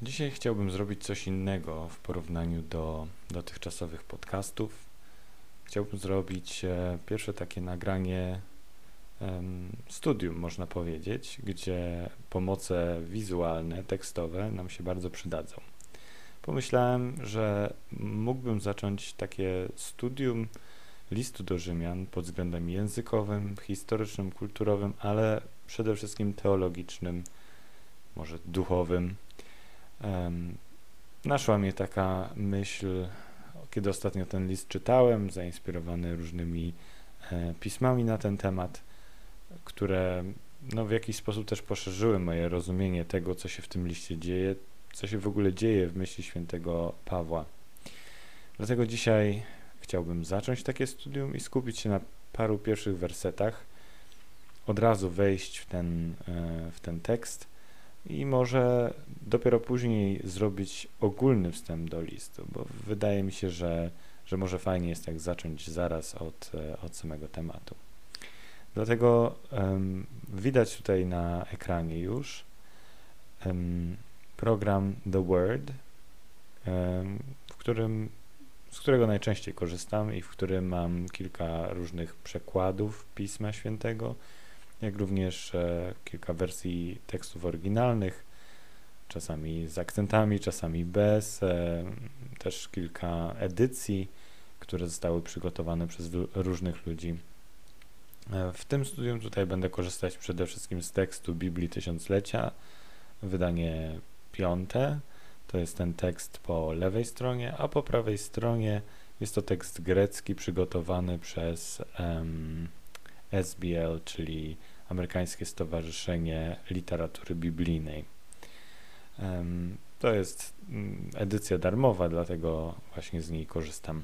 Dzisiaj chciałbym zrobić coś innego w porównaniu do dotychczasowych podcastów. Chciałbym zrobić pierwsze takie nagranie studium, można powiedzieć, gdzie pomoce wizualne, tekstowe nam się bardzo przydadzą. Pomyślałem, że mógłbym zacząć takie studium listu do Rzymian pod względem językowym, historycznym, kulturowym, ale przede wszystkim teologicznym, może duchowym. Naszła mnie taka myśl, kiedy ostatnio ten list czytałem, zainspirowany różnymi pismami na ten temat, które w jakiś sposób też poszerzyły moje rozumienie tego, co się w tym liście dzieje, co się w ogóle dzieje w myśli świętego Pawła. Dlatego dzisiaj chciałbym zacząć takie studium i skupić się na paru pierwszych wersetach, od razu wejść w ten tekst i może dopiero później zrobić ogólny wstęp do listu, bo wydaje mi się, że może fajnie jest tak zacząć zaraz od samego tematu. Dlatego widać tutaj na ekranie już program The Word, z którego najczęściej korzystam i w którym mam kilka różnych przekładów Pisma Świętego, jak również kilka wersji tekstów oryginalnych, czasami z akcentami, czasami bez, też kilka edycji, które zostały przygotowane przez różnych ludzi. W tym studium tutaj będę korzystać przede wszystkim z tekstu Biblii Tysiąclecia, wydanie 5. To jest ten tekst po lewej stronie, a po prawej stronie jest to tekst grecki przygotowany przez SBL, czyli Amerykańskie Stowarzyszenie Literatury Biblijnej. To jest edycja darmowa, dlatego właśnie z niej korzystam.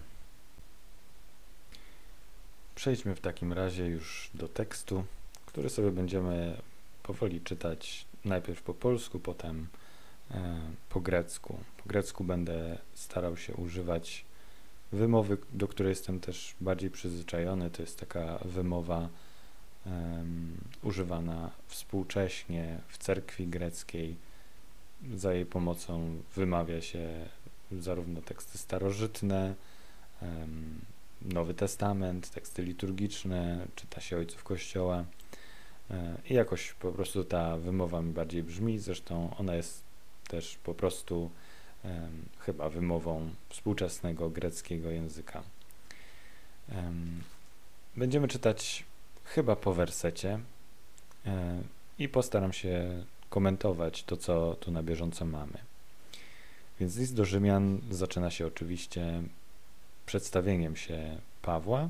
Przejdźmy w takim razie już do tekstu, który sobie będziemy powoli czytać najpierw po polsku, potem po grecku. Po grecku będę starał się używać wymowy, do której jestem też bardziej przyzwyczajony. To jest taka wymowa używana współcześnie w cerkwi greckiej. Za jej pomocą wymawia się zarówno teksty starożytne, Nowy Testament, teksty liturgiczne, czyta się ojców Kościoła i jakoś po prostu ta wymowa mi bardziej brzmi. Zresztą ona jest też po prostu chyba wymową współczesnego greckiego języka. Będziemy czytać chyba po wersecie i postaram się komentować to, co tu na bieżąco mamy. Więc list do Rzymian zaczyna się oczywiście przedstawieniem się Pawła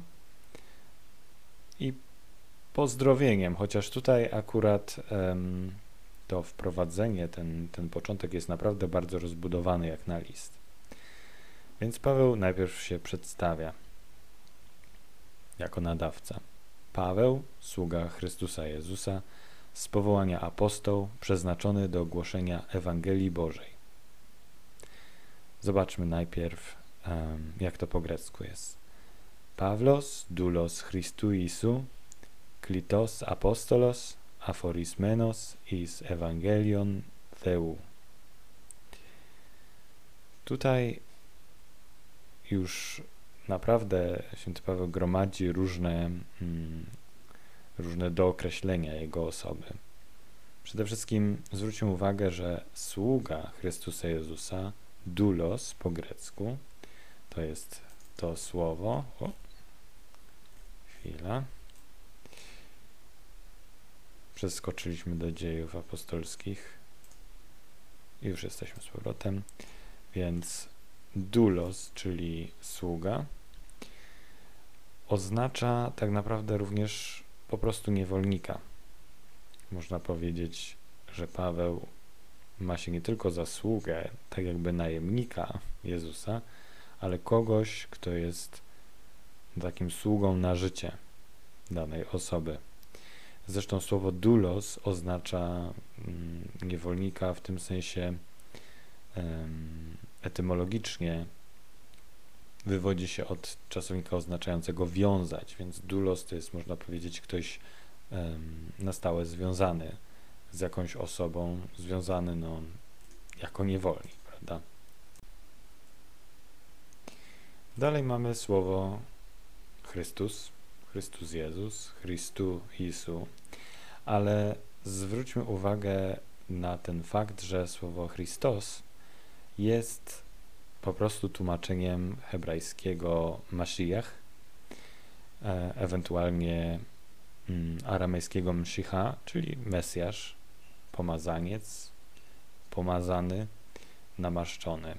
i pozdrowieniem, chociaż tutaj akurat to wprowadzenie, ten początek jest naprawdę bardzo rozbudowany jak na list. Więc Paweł najpierw się przedstawia jako nadawca. Paweł, sługa Chrystusa Jezusa, z powołania apostoł, przeznaczony do głoszenia Ewangelii Bożej. Zobaczmy najpierw, jak to po grecku jest. Pawlos, doulos Christu Isu, klitos apostolos, aforismenos is Evangelion Theu. Tutaj już naprawdę święty Paweł gromadzi różne dookreślenia jego osoby. Przede wszystkim zwróćmy uwagę, że sługa Chrystusa Jezusa, doulos po grecku, to jest to słowo. Chwila. Przeskoczyliśmy do Dziejów Apostolskich i już jesteśmy z powrotem. Więc doulos, czyli sługa, oznacza tak naprawdę również po prostu niewolnika. Można powiedzieć, że Paweł ma się nie tylko za sługę, tak jakby najemnika Jezusa, ale kogoś, kto jest takim sługą na życie danej osoby. Zresztą słowo doulos oznacza niewolnika w tym sensie etymologicznie wywodzi się od czasownika oznaczającego wiązać, więc doulos to jest, można powiedzieć, ktoś na stałe związany z jakąś osobą, związany jako niewolnik, prawda? Dalej mamy słowo Chrystus, Chrystus Jezus, Chrystu Jesu, ale zwróćmy uwagę na ten fakt, że słowo Christos jest po prostu tłumaczeniem hebrajskiego Mashiach, ewentualnie aramejskiego Mshicha, czyli Mesjasz, pomazaniec, pomazany, namaszczony.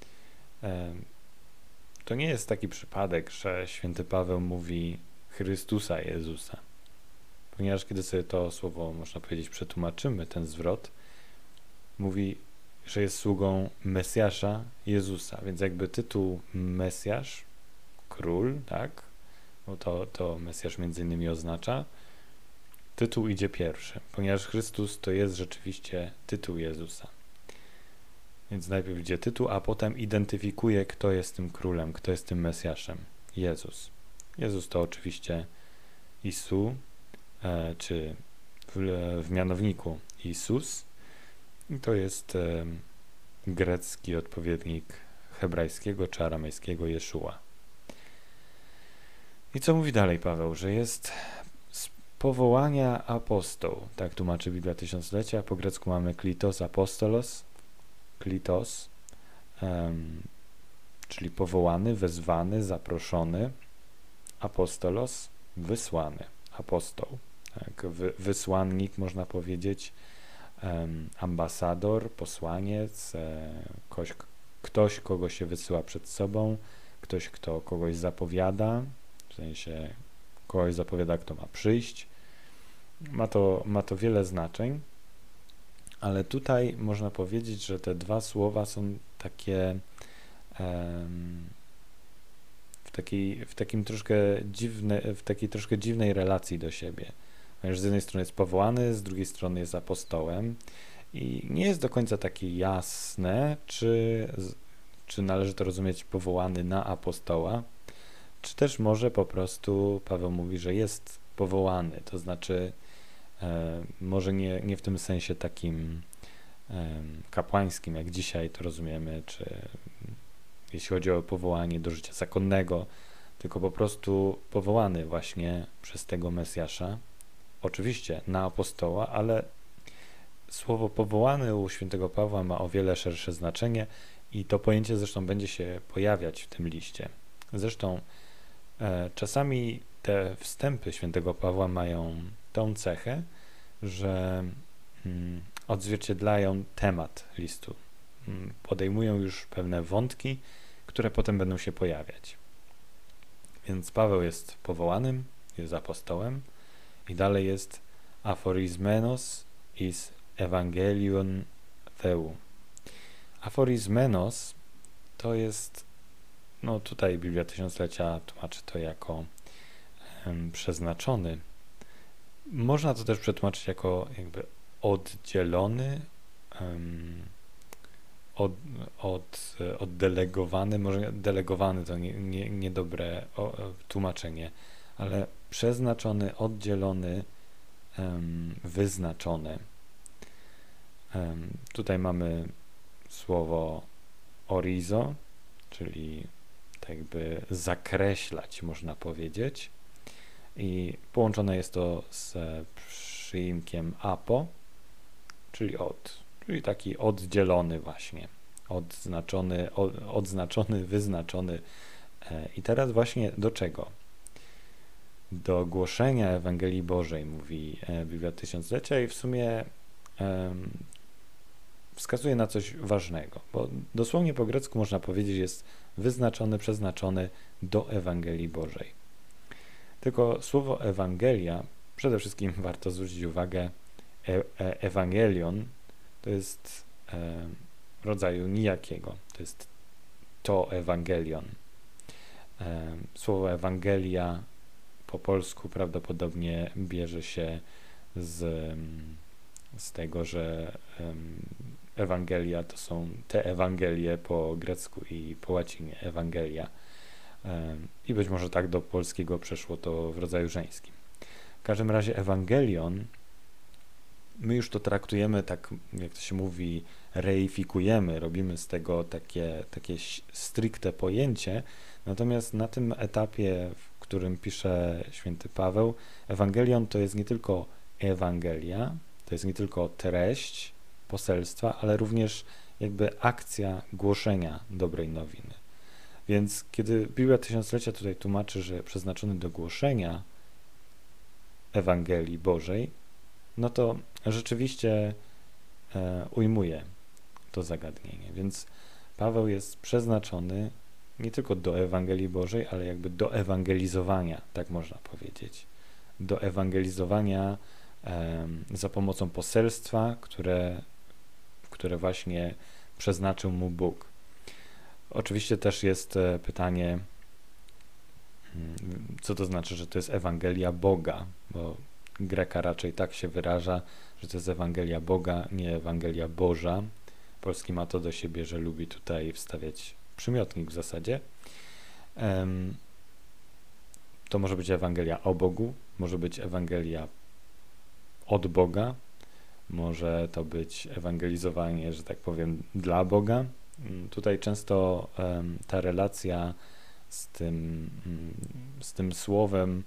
To nie jest taki przypadek, że święty Paweł mówi Chrystusa Jezusa, ponieważ kiedy sobie to słowo, można powiedzieć, przetłumaczymy, ten zwrot, mówi, że jest sługą Mesjasza Jezusa, więc jakby tytuł Mesjasz, król, tak, bo to Mesjasz między innymi oznacza, tytuł idzie pierwszy, ponieważ Chrystus to jest rzeczywiście tytuł Jezusa. Więc najpierw idzie tytuł, a potem identyfikuje, kto jest tym królem, kto jest tym Mesjaszem. Jezus. Jezus to oczywiście Isu, czy w mianowniku Isus. I to jest grecki odpowiednik hebrajskiego czy aramejskiego Jeszua. I co mówi dalej Paweł? Że jest z powołania apostoł. Tak tłumaczy Biblia Tysiąclecia. Po grecku mamy klitos apostolos. Klitos, czyli powołany, wezwany, zaproszony. Apostolos, wysłany. Apostoł. Tak, wysłannik, można powiedzieć. Ambasador, posłaniec, ktoś, kogo się wysyła przed sobą, ktoś, kto kogoś zapowiada, w sensie kogoś zapowiada, kto ma przyjść. Ma to wiele znaczeń, ale tutaj można powiedzieć, że te dwa słowa są takie w takiej troszkę dziwnej relacji do siebie. Ponieważ z jednej strony jest powołany, z drugiej strony jest apostołem i nie jest do końca takie jasne, czy należy to rozumieć powołany na apostoła, czy też może po prostu Paweł mówi, że jest powołany, to znaczy może nie w tym sensie takim kapłańskim, jak dzisiaj to rozumiemy, czy jeśli chodzi o powołanie do życia zakonnego, tylko po prostu powołany właśnie przez tego Mesjasza, oczywiście na apostoła, ale słowo powołany u świętego Pawła ma o wiele szersze znaczenie i to pojęcie zresztą będzie się pojawiać w tym liście. Zresztą czasami te wstępy świętego Pawła mają tą cechę, że odzwierciedlają temat listu. Podejmują już pewne wątki, które potem będą się pojawiać. Więc Paweł jest powołanym, jest apostołem i dalej jest aforizmenos is evangelion theu. Aforizmenos to jest, no tutaj Biblia Tysiąclecia tłumaczy to jako przeznaczony. Można to też przetłumaczyć jako jakby oddzielony, oddelegowany, może delegowany to niedobre tłumaczenie, ale przeznaczony, oddzielony, wyznaczony. Tutaj mamy słowo orizo, czyli tak jakby zakreślać, można powiedzieć. I połączone jest to z przyimkiem apo, czyli czyli taki oddzielony właśnie, odznaczony, wyznaczony. I teraz właśnie do czego? Do głoszenia Ewangelii Bożej, mówi Biblia Tysiąclecia i w sumie wskazuje na coś ważnego, bo dosłownie po grecku można powiedzieć jest wyznaczony, przeznaczony do Ewangelii Bożej. Tylko słowo Ewangelia, przede wszystkim warto zwrócić uwagę, Ewangelion to jest rodzaju nijakiego, to jest to Ewangelion. Słowo Ewangelia po polsku prawdopodobnie bierze się z tego, że Ewangelia to są te Ewangelie po grecku i po łacinie, Ewangelia. I być może tak do polskiego przeszło to w rodzaju żeńskim. W każdym razie Ewangelion my już to traktujemy tak, jak to się mówi, reifikujemy, robimy z tego takie stricte pojęcie, natomiast na tym etapie, w którym pisze święty Paweł, Ewangelion to jest nie tylko Ewangelia, to jest nie tylko treść poselstwa, ale również jakby akcja głoszenia dobrej nowiny. Więc kiedy Biblia Tysiąclecia tutaj tłumaczy, że przeznaczony do głoszenia Ewangelii Bożej, no to rzeczywiście ujmuje to zagadnienie. Więc Paweł jest przeznaczony nie tylko do Ewangelii Bożej, ale jakby do ewangelizowania, tak można powiedzieć. Do ewangelizowania za pomocą poselstwa, które właśnie przeznaczył mu Bóg. Oczywiście też jest pytanie, co to znaczy, że to jest Ewangelia Boga, bo Greka raczej tak się wyraża, że to jest Ewangelia Boga, nie Ewangelia Boża. Polski ma to do siebie, że lubi tutaj wstawiać przymiotnik w zasadzie. To może być Ewangelia o Bogu, może być Ewangelia od Boga, może to być ewangelizowanie, że tak powiem, dla Boga. Tutaj często ta relacja z tym słowem,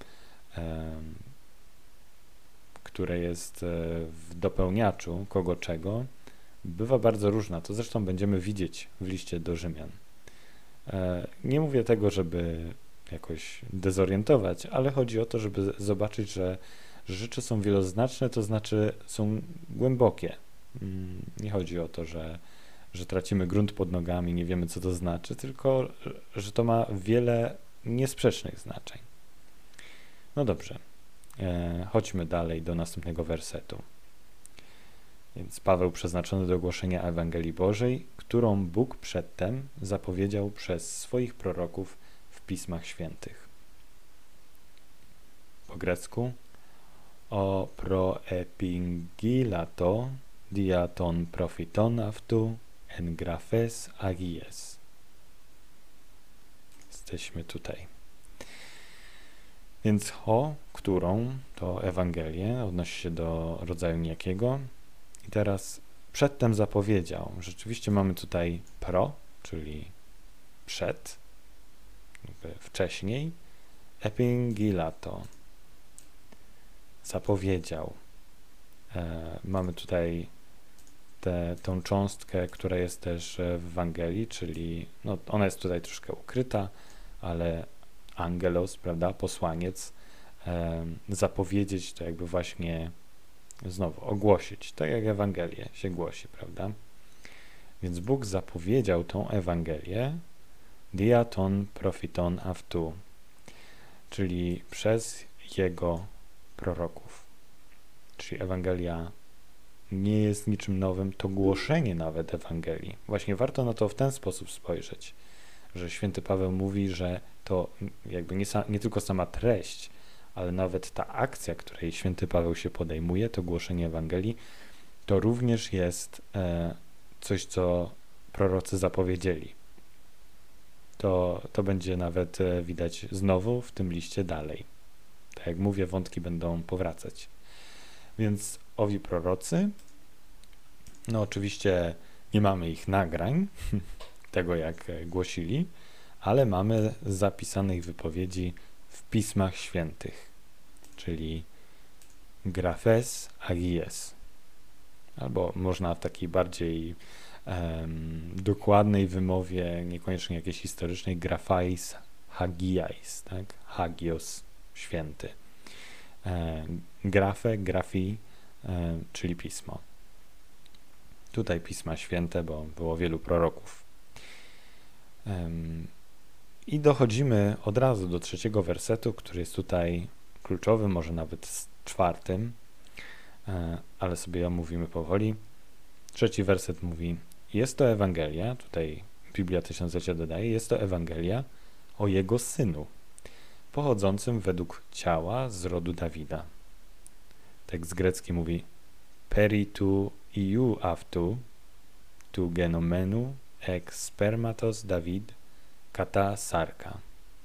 które jest w dopełniaczu kogo czego, bywa bardzo różna. To zresztą będziemy widzieć w liście do Rzymian. Nie mówię tego, żeby jakoś dezorientować, ale chodzi o to, żeby zobaczyć, że rzeczy są wieloznaczne, to znaczy są głębokie. Nie chodzi o to, że tracimy grunt pod nogami, nie wiemy, co to znaczy, tylko że to ma wiele niesprzecznych znaczeń. No dobrze, chodźmy dalej do następnego wersetu. Więc Paweł przeznaczony do głoszenia Ewangelii Bożej, którą Bóg przedtem zapowiedział przez swoich proroków w Pismach Świętych. Po grecku o proepingilato diaton profiton aftu en graphes agies. Jesteśmy tutaj. Więc którą to Ewangelię odnosi się do rodzaju niejakiego. I teraz przedtem zapowiedział. Rzeczywiście mamy tutaj czyli przed, wcześniej, epingilato, zapowiedział. Mamy tutaj tą cząstkę, która jest też w Ewangelii, czyli ona jest tutaj troszkę ukryta, ale angelos, prawda, posłaniec, zapowiedzieć to jakby właśnie znowu ogłosić, tak jak Ewangelię się głosi, prawda? Więc Bóg zapowiedział tą Ewangelię diaton profiton aftu, czyli przez Jego proroków. Czyli Ewangelia nie jest niczym nowym, to głoszenie nawet Ewangelii. Właśnie warto na to w ten sposób spojrzeć, że święty Paweł mówi, że to jakby nie tylko sama treść, ale nawet ta akcja, której święty Paweł się podejmuje, to głoszenie Ewangelii, to również jest coś, co prorocy zapowiedzieli. To będzie nawet widać znowu w tym liście dalej. Tak jak mówię, wątki będą powracać. Więc owi prorocy, oczywiście nie mamy ich nagrań, tego jak głosili, ale mamy zapisanych wypowiedzi w Pismach Świętych, czyli graphes agies, albo można w takiej bardziej dokładnej wymowie, niekoniecznie jakiejś historycznej, graphais hagiais, tak? Hagios, święty. Grafii, czyli pismo. Tutaj Pisma Święte, bo było wielu proroków. I dochodzimy od razu do 3 wersetu, który jest tutaj kluczowy, może nawet z 4, ale sobie omówimy powoli. 3 werset mówi: jest to Ewangelia, tutaj Biblia Tysiąclecia dodaje, jest to Ewangelia o Jego Synu, pochodzącym według ciała z rodu Dawida. Tekst grecki mówi: peri tu iu aftu, tu genomenu ex spermatos Dawid, kata sarka.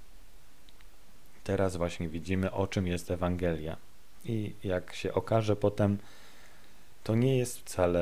Teraz właśnie widzimy, o czym jest Ewangelia. I jak się okaże potem, to nie jest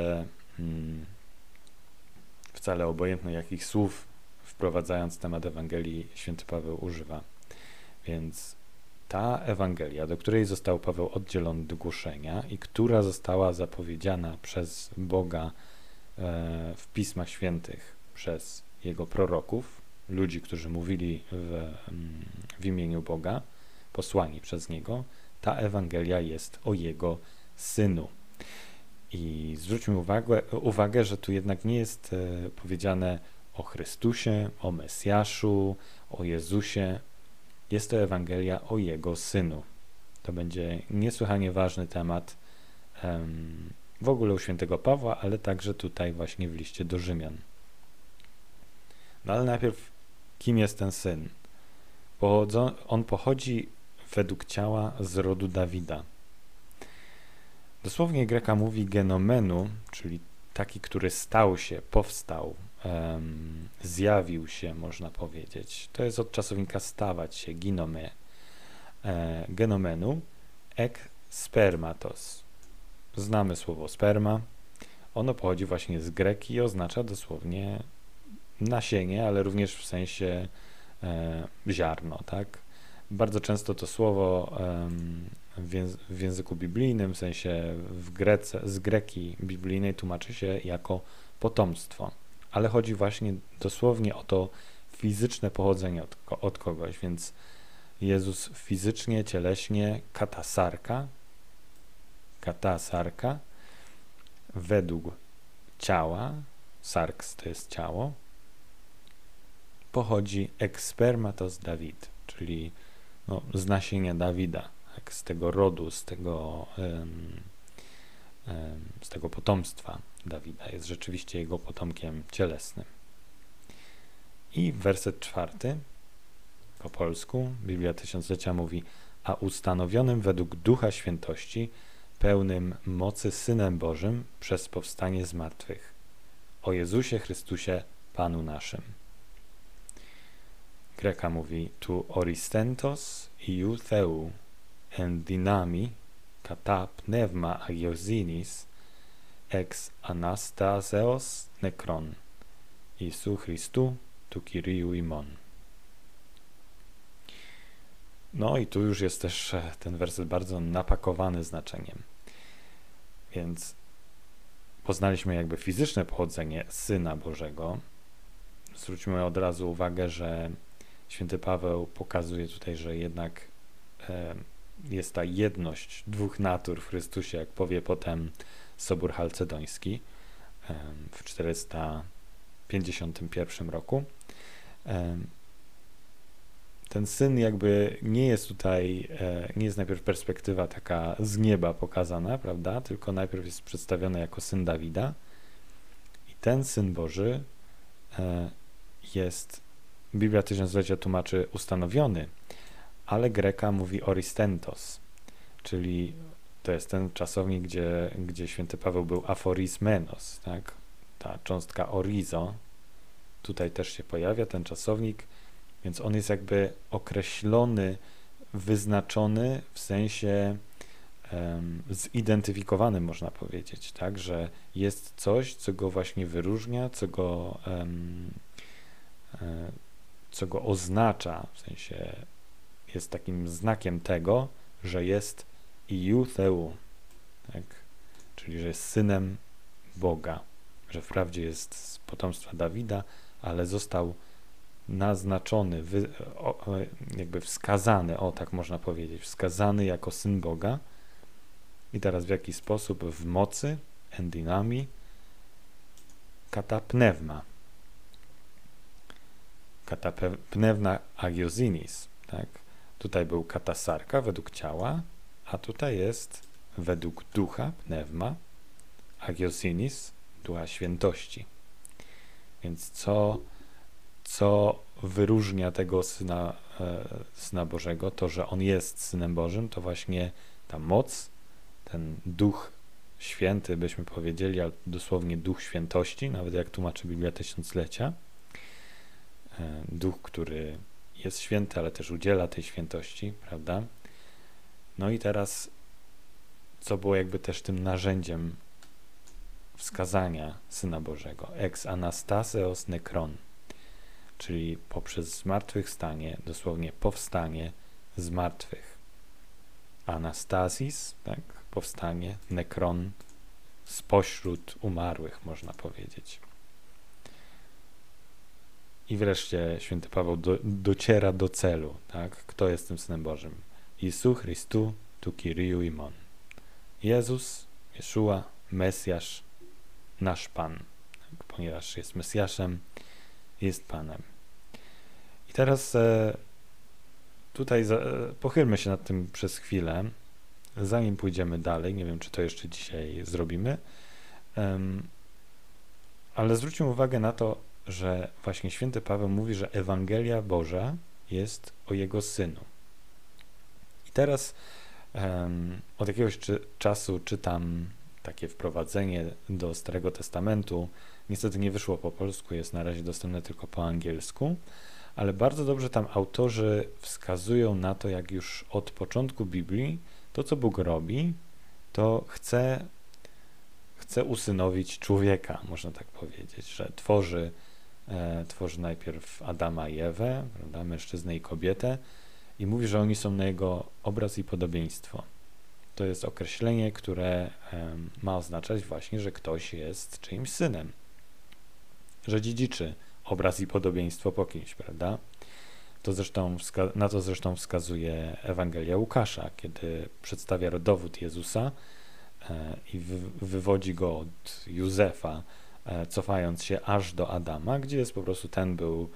wcale obojętne, jakich słów wprowadzając temat Ewangelii święty Paweł używa. Więc ta Ewangelia, do której został Paweł oddzielony do głoszenia i która została zapowiedziana przez Boga w Pismach Świętych przez Jego proroków, ludzi, którzy mówili w imieniu Boga, posłani przez Niego, ta Ewangelia jest o Jego Synu. I zwróćmy uwagę, że tu jednak nie jest powiedziane o Chrystusie, o Mesjaszu, o Jezusie. Jest to Ewangelia o Jego Synu. To będzie niesłychanie ważny temat w ogóle u świętego Pawła, ale także tutaj właśnie w liście do Rzymian. No ale najpierw, kim jest ten Syn? On pochodzi według ciała z rodu Dawida. Dosłownie Greka mówi genomenu, czyli taki, który stał się, powstał, zjawił się, można powiedzieć. To jest od czasownika stawać się, ginome. Genomenu, ek spermatos. Znamy słowo sperma. Ono pochodzi właśnie z greki i oznacza dosłownie nasienie, ale również w sensie ziarno, tak? Bardzo często to słowo w języku biblijnym, w sensie z greki biblijnej tłumaczy się jako potomstwo, ale chodzi właśnie dosłownie o to fizyczne pochodzenie od kogoś, więc Jezus fizycznie, cieleśnie, katasarka, według ciała, sarks to jest ciało, pochodzi ex spermatos Dawid, czyli z nasienia Dawida, tak, z tego rodu, z tego potomstwa Dawida. Jest rzeczywiście jego potomkiem cielesnym. I werset 4 po polsku, Biblia Tysiąclecia mówi: a ustanowionym według Ducha Świętości, pełnym mocy Synem Bożym przez powstanie z martwych, o Jezusie Chrystusie, Panu naszym. Greka mówi tu oristentos iu theu en dynami kata pneuma agiozinis ex anastaseos nekron Isu Christu tu Kyriu imon. No i tu już jest też ten werset bardzo napakowany znaczeniem. Więc poznaliśmy jakby fizyczne pochodzenie Syna Bożego. Zwróćmy od razu uwagę, że święty Paweł pokazuje tutaj, że jednak jest ta jedność dwóch natur w Chrystusie, jak powie potem Sobór Chalcedoński w 451 roku. Ten Syn jakby nie jest tutaj, nie jest najpierw perspektywa taka z nieba pokazana, prawda, tylko najpierw jest przedstawiony jako Syn Dawida i ten Syn Boży jest, Biblia Tysiąclecia tłumaczy ustanowiony, ale Greka mówi oristentos, czyli to jest ten czasownik, gdzie święty Paweł był aforismenos, tak? Ta cząstka orizo, tutaj też się pojawia ten czasownik, więc on jest jakby określony, wyznaczony w sensie zidentyfikowany, można powiedzieć, tak? Że jest coś, co go właśnie wyróżnia, co go oznacza, w sensie jest takim znakiem tego, że jest iu theu, tak? Czyli że jest synem Boga, że wprawdzie jest z potomstwa Dawida, ale został naznaczony, jakby wskazany, tak można powiedzieć, wskazany jako Syn Boga. I teraz w jaki sposób? W mocy, endynami, katapneuma. Katapneuma agiozinis, tak? Tutaj był katasarka według ciała, a tutaj jest według ducha, pneuma, agiozinis, ducha świętości. Więc co wyróżnia tego Syna Bożego, to, że On jest Synem Bożym, to właśnie ta moc, ten Duch Święty, byśmy powiedzieli, ale dosłownie Duch Świętości, nawet jak tłumaczy Biblia Tysiąclecia. Duch, który jest święty, ale też udziela tej świętości, prawda? No i teraz, co było jakby też tym narzędziem wskazania Syna Bożego, ex anastaseos nekron, czyli poprzez zmartwychwstanie, dosłownie powstanie z martwych. Anastasis, tak, powstanie, nekron, spośród umarłych, można powiedzieć. I wreszcie święty Paweł dociera do celu, tak? Kto jest tym Synem Bożym? Jezu Chrystu tu Kyriou imon. Jezus, Jeszua, Mesjasz, nasz Pan. Tak? Ponieważ jest Mesjaszem, jest Panem. I teraz tutaj pochylmy się nad tym przez chwilę, zanim pójdziemy dalej. Nie wiem, czy to jeszcze dzisiaj zrobimy, ale zwróćmy uwagę na to, że właśnie święty Paweł mówi, że Ewangelia Boża jest o Jego Synu. I teraz od jakiegoś czasu czytam takie wprowadzenie do Starego Testamentu. Niestety nie wyszło po polsku, jest na razie dostępne tylko po angielsku, ale bardzo dobrze tam autorzy wskazują na to, jak już od początku Biblii to, co Bóg robi, to chce usynowić człowieka, można tak powiedzieć, że tworzy najpierw Adama i Ewę, prawda, mężczyznę i kobietę i mówi, że oni są na jego obraz i podobieństwo. To jest określenie, które ma oznaczać właśnie, że ktoś jest czyimś synem, że dziedziczy obraz i podobieństwo po kimś, prawda? Na to zresztą wskazuje Ewangelia Łukasza, kiedy przedstawia rodowód Jezusa i wywodzi go od Józefa, cofając się aż do Adama, gdzie jest po prostu ten był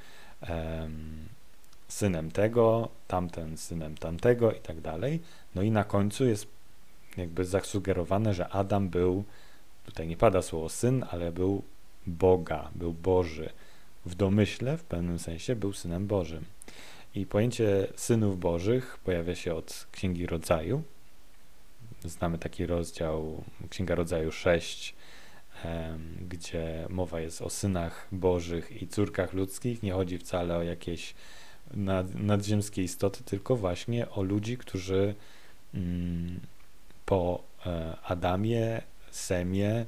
synem tego, tamten synem tamtego i tak dalej. No i na końcu jest jakby zasugerowane, że Adam był, tutaj nie pada słowo syn, ale był Boga, był Boży. W domyśle, w pewnym sensie, był synem Bożym. I pojęcie synów bożych pojawia się od Księgi Rodzaju. Znamy taki rozdział, Księga Rodzaju 6, gdzie mowa jest o synach bożych i córkach ludzkich. Nie chodzi wcale o jakieś nadziemskie istoty, tylko właśnie o ludzi, którzy po Adamie, Semie,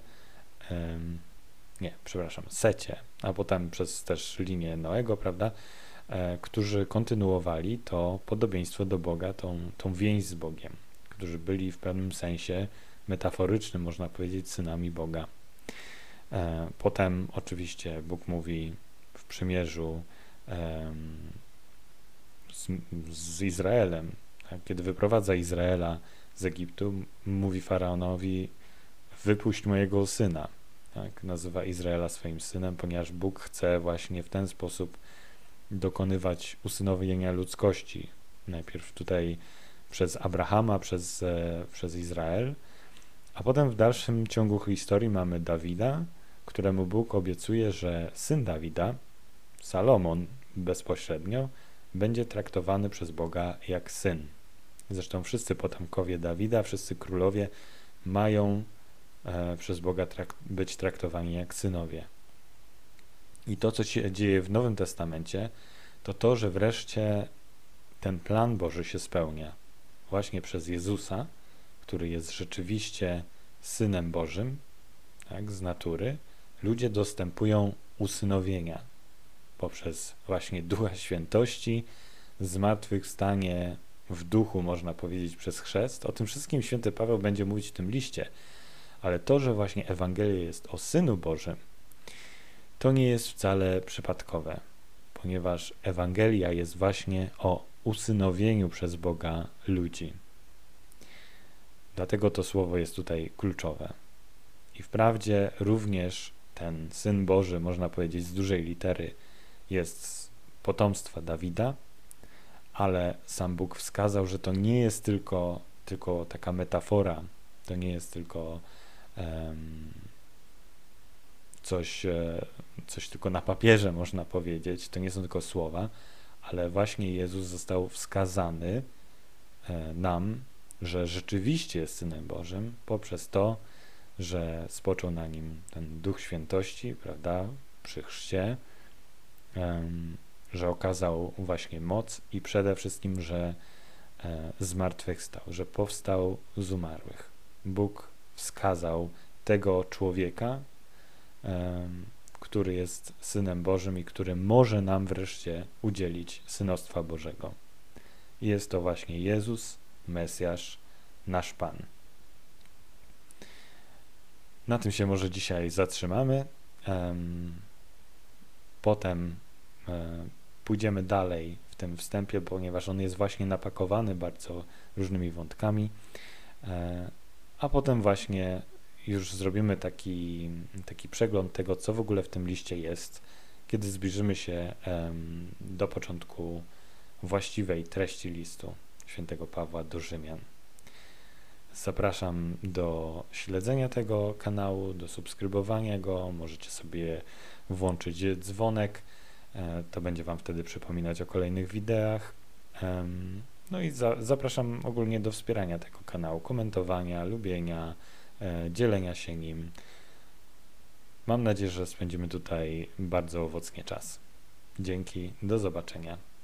Secie, a potem przez też linię Noego, prawda, którzy kontynuowali to podobieństwo do Boga, tą więź z Bogiem, którzy byli w pewnym sensie metaforycznym, można powiedzieć, synami Boga. Potem oczywiście Bóg mówi w przymierzu z Izraelem, tak? Kiedy wyprowadza Izraela z Egiptu, mówi Faraonowi: wypuść mojego syna. Tak? Nazywa Izraela swoim synem, ponieważ Bóg chce właśnie w ten sposób dokonywać usynowienia ludzkości. Najpierw tutaj przez Abrahama, przez Izrael, a potem w dalszym ciągu historii mamy Dawida, któremu Bóg obiecuje, że syn Dawida, Salomon bezpośrednio, będzie traktowany przez Boga jak syn. Zresztą wszyscy potomkowie Dawida, wszyscy królowie mają przez Boga być traktowani jak synowie. I to, co się dzieje w Nowym Testamencie, to, że wreszcie ten plan Boży się spełnia. Właśnie przez Jezusa, który jest rzeczywiście Synem Bożym, tak, z natury, ludzie dostępują usynowienia poprzez właśnie Ducha Świętości, zmartwychwstanie w duchu, można powiedzieć, przez chrzest. O tym wszystkim święty Paweł będzie mówić w tym liście, ale to, że właśnie Ewangelia jest o Synu Bożym, to nie jest wcale przypadkowe, ponieważ Ewangelia jest właśnie o usynowieniu przez Boga ludzi. Dlatego to słowo jest tutaj kluczowe. I wprawdzie również ten Syn Boży, można powiedzieć z dużej litery, jest z potomstwa Dawida, ale sam Bóg wskazał, że to nie jest tylko taka metafora, to nie jest tylko coś tylko na papierze, można powiedzieć, to nie są tylko słowa, ale właśnie Jezus został wskazany nam, że rzeczywiście jest Synem Bożym poprzez to, że spoczął na nim ten Duch Świętości, prawda, przy chrzcie, że okazał właśnie moc i przede wszystkim, że zmartwychwstał, że powstał z umarłych. Bóg wskazał tego człowieka, który jest Synem Bożym i który może nam wreszcie udzielić synostwa Bożego. I jest to właśnie Jezus, Mesjasz, nasz Pan. Na tym się może dzisiaj zatrzymamy. Potem pójdziemy dalej w tym wstępie, ponieważ on jest właśnie napakowany bardzo różnymi wątkami, a potem właśnie już zrobimy taki przegląd tego, co w ogóle w tym liście jest, kiedy zbliżymy się do początku właściwej treści listu świętego Pawła do Rzymian. Zapraszam do śledzenia tego kanału, do subskrybowania go. Możecie sobie włączyć dzwonek. To będzie Wam wtedy przypominać o kolejnych wideach. No i zapraszam ogólnie do wspierania tego kanału, komentowania, lubienia, dzielenia się nim. Mam nadzieję, że spędzimy tutaj bardzo owocnie czas. Dzięki, do zobaczenia.